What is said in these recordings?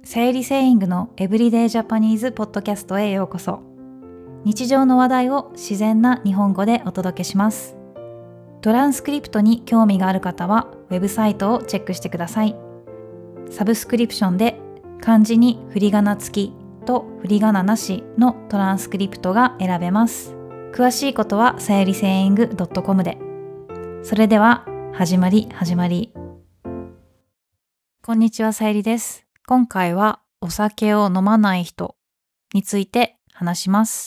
さゆりセイングのエブリデイジャパニーズポッドキャストへようこそ。日常の話題を自然な日本語でお届けします。トランスクリプトに興味がある方はウェブサイトをチェックしてください。サブスクリプションで漢字に振り仮名付きと振り仮名なしのトランスクリプトが選べます。詳しいことはさゆりセイング .com で。それでは始まり。こんにちは、さゆりです。今回はお酒を飲まない人について話します。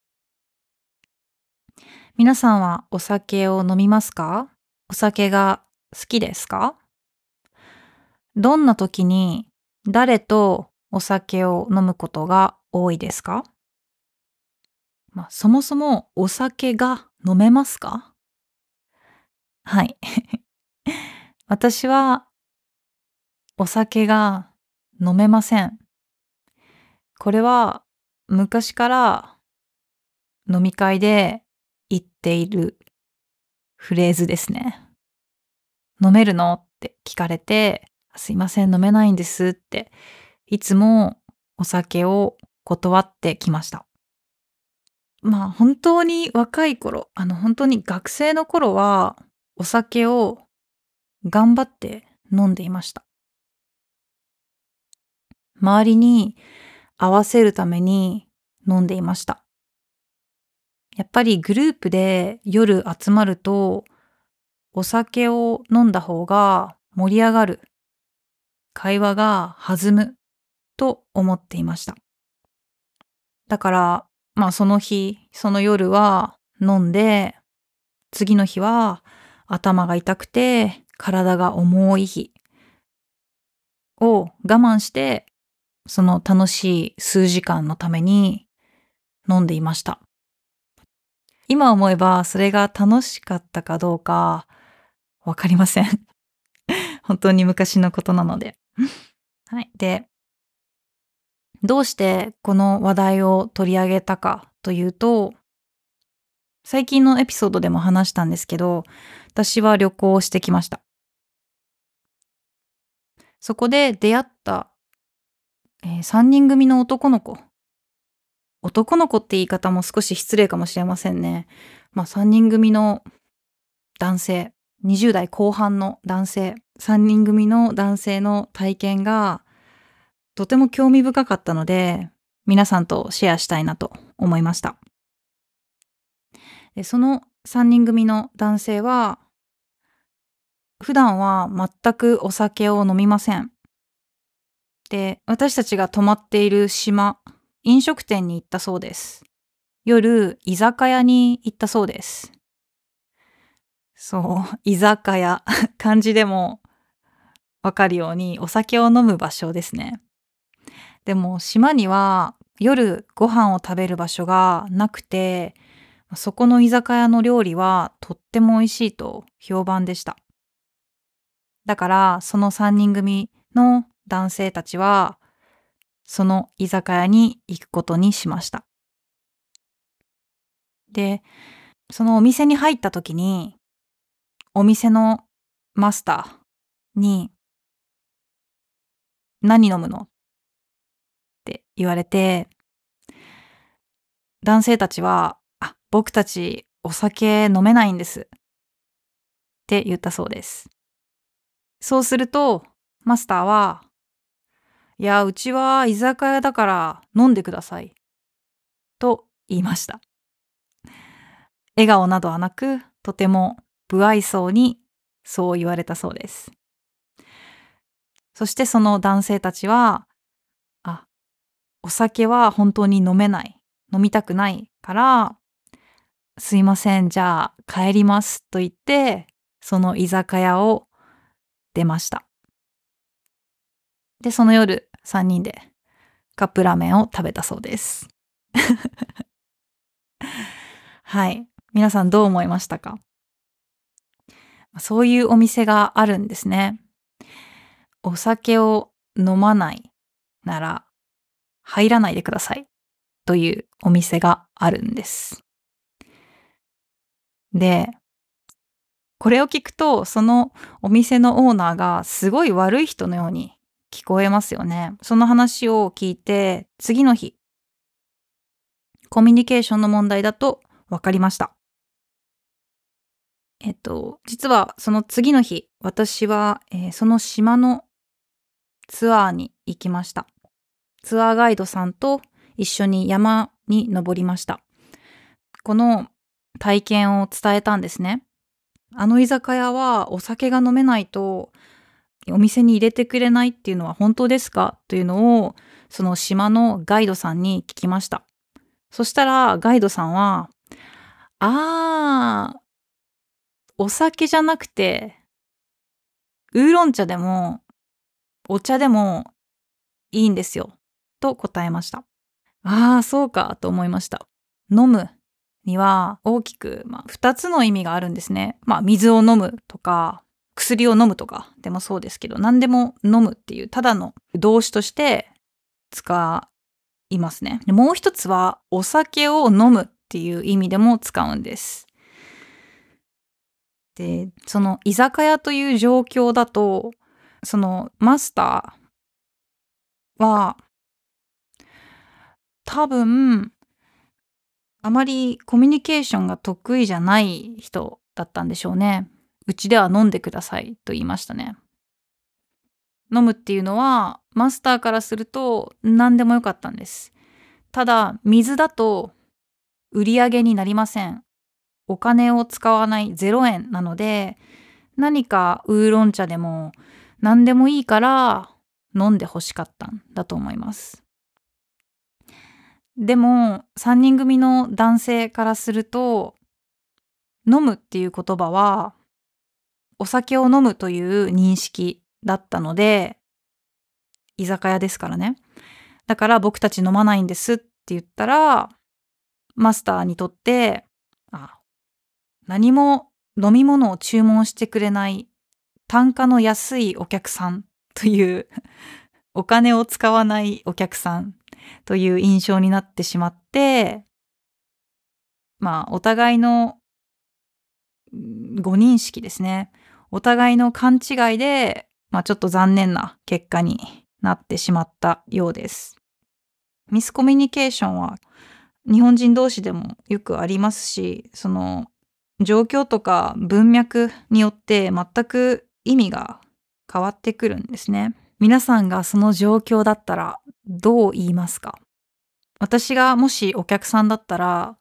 皆さんはお酒を飲みますか？お酒が好きですか？どんな時に誰とお酒を飲むことが多いですか？そもそもお酒が飲めますか？はい。私はお酒が飲めません。これは昔から飲み会で言っているフレーズですね。飲めるのって聞かれて、すいません、飲めないんですって、いつもお酒を断ってきました。本当に若い頃、本当に学生の頃は、お酒を頑張って飲んでいました。周りに合わせるために飲んでいました。やっぱりグループで夜集まると、お酒を飲んだ方が盛り上がる、会話が弾むと思っていました。だから、その日、その夜は飲んで、次の日は頭が痛くて体が重い日を我慢して、その楽しい数時間のために飲んでいました。今思えばそれが楽しかったかどうかわかりません。本当に昔のことなので。はい。で、どうしてこの話題を取り上げたかというと、最近のエピソードでも話したんですけど、私は旅行をしてきました。そこで出会った、3人組の男の子。男の子って言い方も少し失礼かもしれませんね。3人組の男性、20代後半の男性、3人組の男性の体験がとても興味深かったので、皆さんとシェアしたいなと思いました。で、その3人組の男性は、普段は全くお酒を飲みません。で、私たちが泊まっている島、飲食店に行ったそうです。夜、居酒屋に行ったそうです。そう、居酒屋。漢字でもわかるようにお酒を飲む場所ですね。でも島には夜ご飯を食べる場所がなくて、そこの居酒屋の料理はとっても美味しいと評判でした。だからその3人組の男性たちはその居酒屋に行くことにしました。で、そのお店に入った時にお店のマスターに何飲むのって言われて、男性たちは、僕たちお酒飲めないんですって言ったそうです。そうすると、マスターは、いや、うちは居酒屋だから飲んでくださいと言いました。笑顔などはなく、とても不愛想にそう言われたそうです。そしてその男性たちは、お酒は本当に飲めない、飲みたくないから、すいません、じゃあ帰りますと言って、その居酒屋を出ました。で、その夜3人でカップラーメンを食べたそうです。はい。皆さんどう思いましたか？そういうお店があるんですね。お酒を飲まないなら入らないでくださいというお店があるんです。で、これを聞くと、そのお店のオーナーがすごい悪い人のように聞こえますよね。その話を聞いて、次の日、コミュニケーションの問題だと分かりました。実はその次の日、私は、その島のツアーに行きました。ツアーガイドさんと一緒に山に登りました。この体験を伝えたんですね。あの居酒屋はお酒が飲めないとお店に入れてくれないっていうのは本当ですかというのをその島のガイドさんに聞きました。そしたらガイドさんは、お酒じゃなくてウーロン茶でもお茶でもいいんですよと答えました。そうかと思いました。飲むには大きく、2つの意味があるんですね。水を飲むとか、薬を飲むとかでもそうですけど、何でも飲むっていうただの動詞として使いますね。もう一つはお酒を飲むっていう意味でも使うんです。で、その居酒屋という状況だと、そのマスターは多分あまりコミュニケーションが得意じゃない人だったんでしょうね。うちでは飲んでくださいと言いましたね。飲むっていうのはマスターからすると何でもよかったんです。ただ水だと売り上げになりません。お金を使わない0円なので、何かウーロン茶でも何でもいいから飲んで欲しかったんだと思います。でも3人組の男性からすると、飲むっていう言葉はお酒を飲むという認識だったので、居酒屋ですからね。だから僕たち飲まないんですって言ったら、マスターにとって、何も飲み物を注文してくれない単価の安いお客さんというお金を使わないお客さんという印象になってしまって、お互いの誤認識ですね。お互いの勘違いで、ちょっと残念な結果になってしまったようです。ミスコミュニケーションは日本人同士でもよくありますし、その状況とか文脈によって全く意味が変わってくるんですね。皆さんがその状況だったらどう言いますか？私がもしお客さんだったら、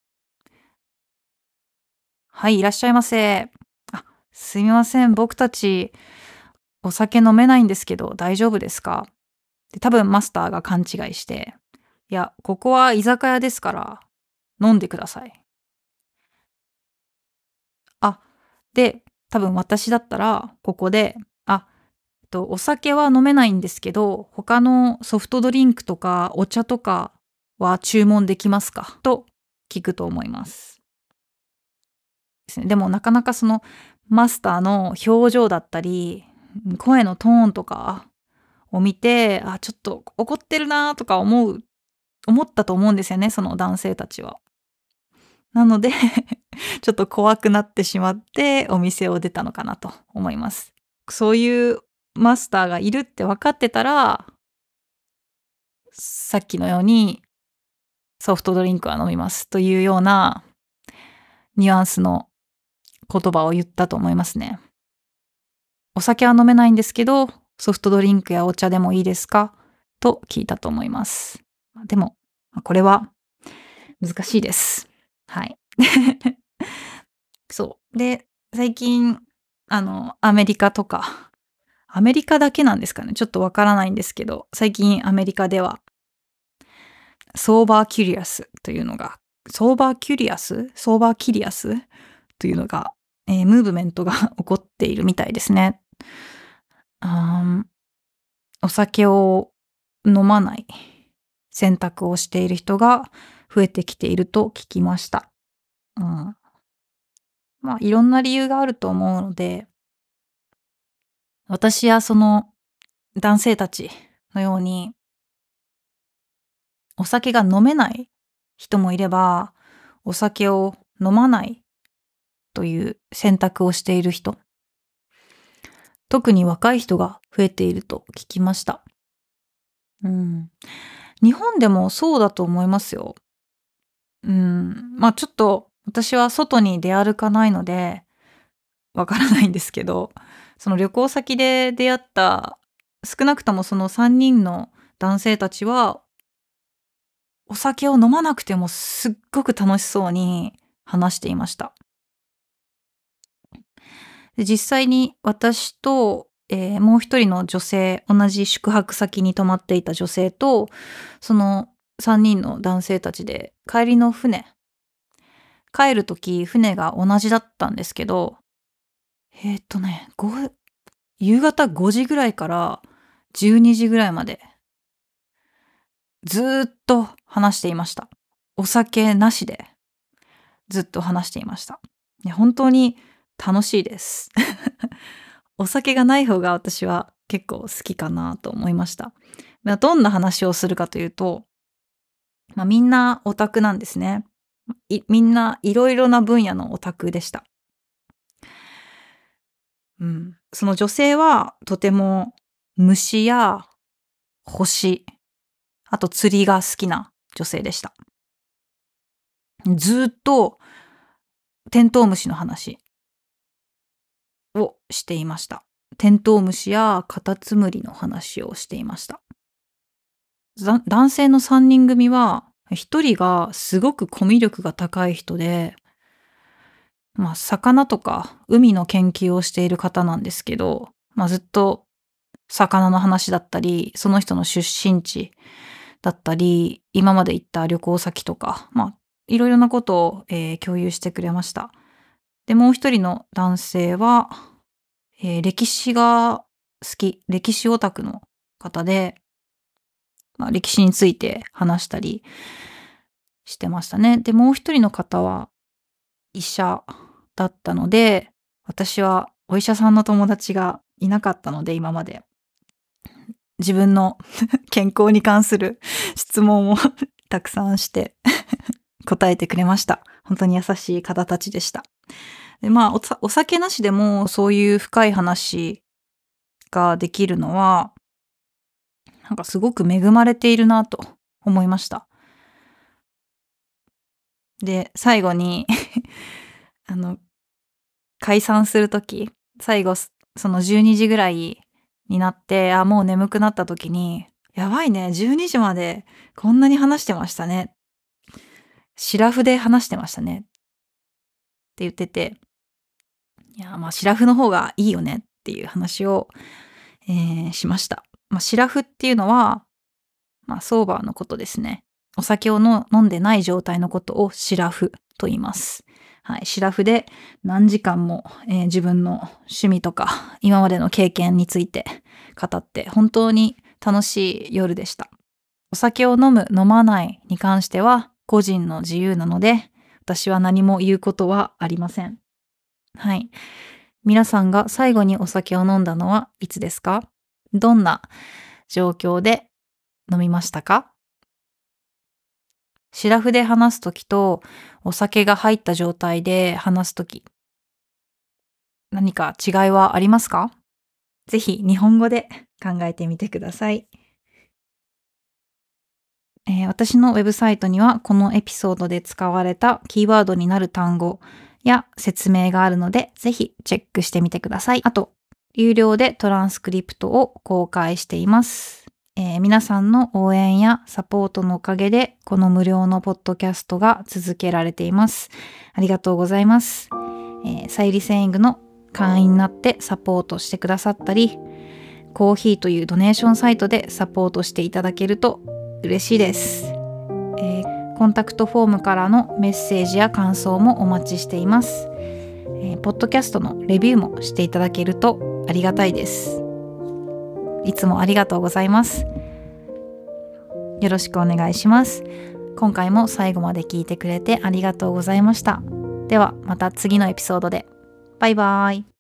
はい、いらっしゃいませ。すみません、僕たちお酒飲めないんですけど大丈夫ですか？で、多分マスターが勘違いして、いや、ここは居酒屋ですから飲んでください。あ、で、多分私だったらここで、お酒は飲めないんですけど、他のソフトドリンクとかお茶とかは注文できますか？と聞くと思います。ですね。でもなかなかそのマスターの表情だったり、声のトーンとかを見て、ちょっと怒ってるなとか思ったと思うんですよね、その男性たちは。なのでちょっと怖くなってしまってお店を出たのかなと思います。そういうマスターがいるって分かってたら、さっきのようにソフトドリンクは飲みますというようなニュアンスの言葉を言ったと思いますね。お酒は飲めないんですけど、ソフトドリンクやお茶でもいいですかと聞いたと思います。でも、これは難しいです。はい。そう。で、最近、アメリカとか、アメリカだけなんですかね。ちょっとわからないんですけど、最近アメリカでは、ソーバーキュリアスというのが、ソーバーキュリアスソーバーキリアスというのが、ムーブメントが起こっているみたいですね。お酒を飲まない選択をしている人が増えてきていると聞きました。いろんな理由があると思うので、私やその男性たちのように、お酒が飲めない人もいれば、お酒を飲まないという選択をしている人。 特に若い人が増えていると聞きました。日本でもそうだと思いますよ。ちょっと私は外に出歩かないのでわからないんですけど、その旅行先で出会った少なくともその3人の男性たちは、お酒を飲まなくてもすっごく楽しそうに話していました。で、実際に私と、もう一人の女性、同じ宿泊先に泊まっていた女性と、その3人の男性たちで帰りの帰る時、船が同じだったんですけど、えーっとね、ご夕方5時ぐらいから12時ぐらいまでずーっと話していました。お酒なしでずっと話していました。本当に楽しいです。お酒がない方が私は結構好きかなと思いました。どんな話をするかというと、みんなオタクなんですね。みんないろいろな分野のオタクでした。その女性はとても虫や星、あと釣りが好きな女性でした。ずっとテントウムシの話をしていました。テントウムシやカタツムリの話をしていました。男性の3人組は、1人がすごくコミュ力が高い人で、魚とか海の研究をしている方なんですけど、ずっと魚の話だったり、その人の出身地だったり、今まで行った旅行先とか、いろいろなことを、共有してくれました。で、もう一人の男性は、歴史が好き、歴史オタクの方で、歴史について話したりしてましたね。で、もう一人の方は医者だったので、私はお医者さんの友達がいなかったので、今まで。自分の健康に関する質問をたくさんして答えてくれました。本当に優しい方たちでした。で、お酒なしでもそういう深い話ができるのは、なんかすごく恵まれているなと思いました。で、最後に解散するとき、最後、その12時ぐらいになって、もう眠くなった時に、やばいね、12時までこんなに話してましたね。シラフで話してましたね。って言ってて、いや、シラフの方がいいよねっていう話を、しました。シラフっていうのは、ソーバーのことですね。お酒を飲んでない状態のことをシラフと言います。はい、シラフで何時間も、自分の趣味とか今までの経験について語って本当に楽しい夜でした。お酒を飲む飲まないに関しては個人の自由なので私は何も言うことはありません。はい。皆さんが最後にお酒を飲んだのはいつですか？どんな状況で飲みましたか？シラフで話すときとお酒が入った状態で話すとき、何か違いはありますか？ぜひ日本語で考えてみてください。私のウェブサイトにはこのエピソードで使われたキーワードになる単語や説明があるので、ぜひチェックしてみてください。あと、有料でトランスクリプトを公開しています。皆さんの応援やサポートのおかげで、この無料のポッドキャストが続けられています。ありがとうございます。さゆりセイングの会員になってサポートしてくださったり、コーヒーというドネーションサイトでサポートしていただけると嬉しいです。コンタクトフォームからのメッセージや感想もお待ちしています。ポッドキャストのレビューもしていただけるとありがたいです。いつもありがとうございます。よろしくお願いします。今回も最後まで聞いてくれてありがとうございました。ではまた次のエピソードで。バイバーイ。